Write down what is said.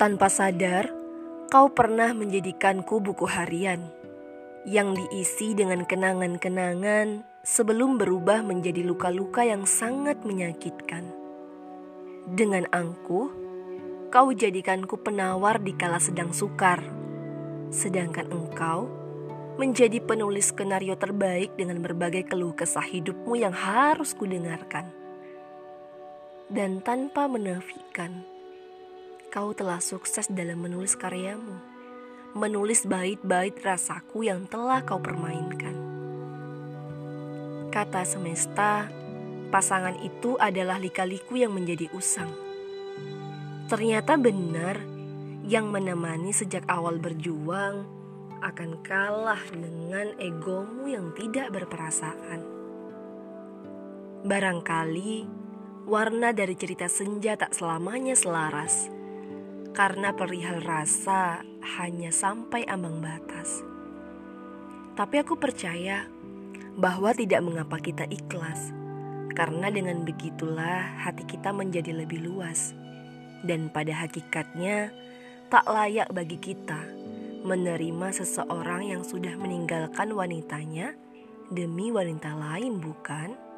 Tanpa sadar, kau pernah menjadikanku buku harian yang diisi dengan kenangan-kenangan sebelum berubah menjadi luka-luka yang sangat menyakitkan. Dengan angkuh, kau jadikanku penawar di kala sedang sukar, sedangkan engkau menjadi penulis skenario terbaik dengan berbagai keluh kesah hidupmu yang harus kudengarkan. Dan tanpa menafikan, kau telah sukses dalam menulis karyamu, menulis bait-bait rasaku yang telah kau permainkan. Kata semesta, pasangan itu adalah lika-liku yang menjadi usang. Ternyata benar, yang menemani sejak awal berjuang akan kalah dengan egomu yang tidak berperasaan. Barangkali warna dari cerita senja tak selamanya selaras, karena perihal rasa hanya sampai ambang batas. Tapi aku percaya bahwa tidak mengapa kita ikhlas, karena dengan begitulah hati kita menjadi lebih luas. Dan pada hakikatnya tak layak bagi kita menerima seseorang yang sudah meninggalkan wanitanya demi wanita lain, bukan?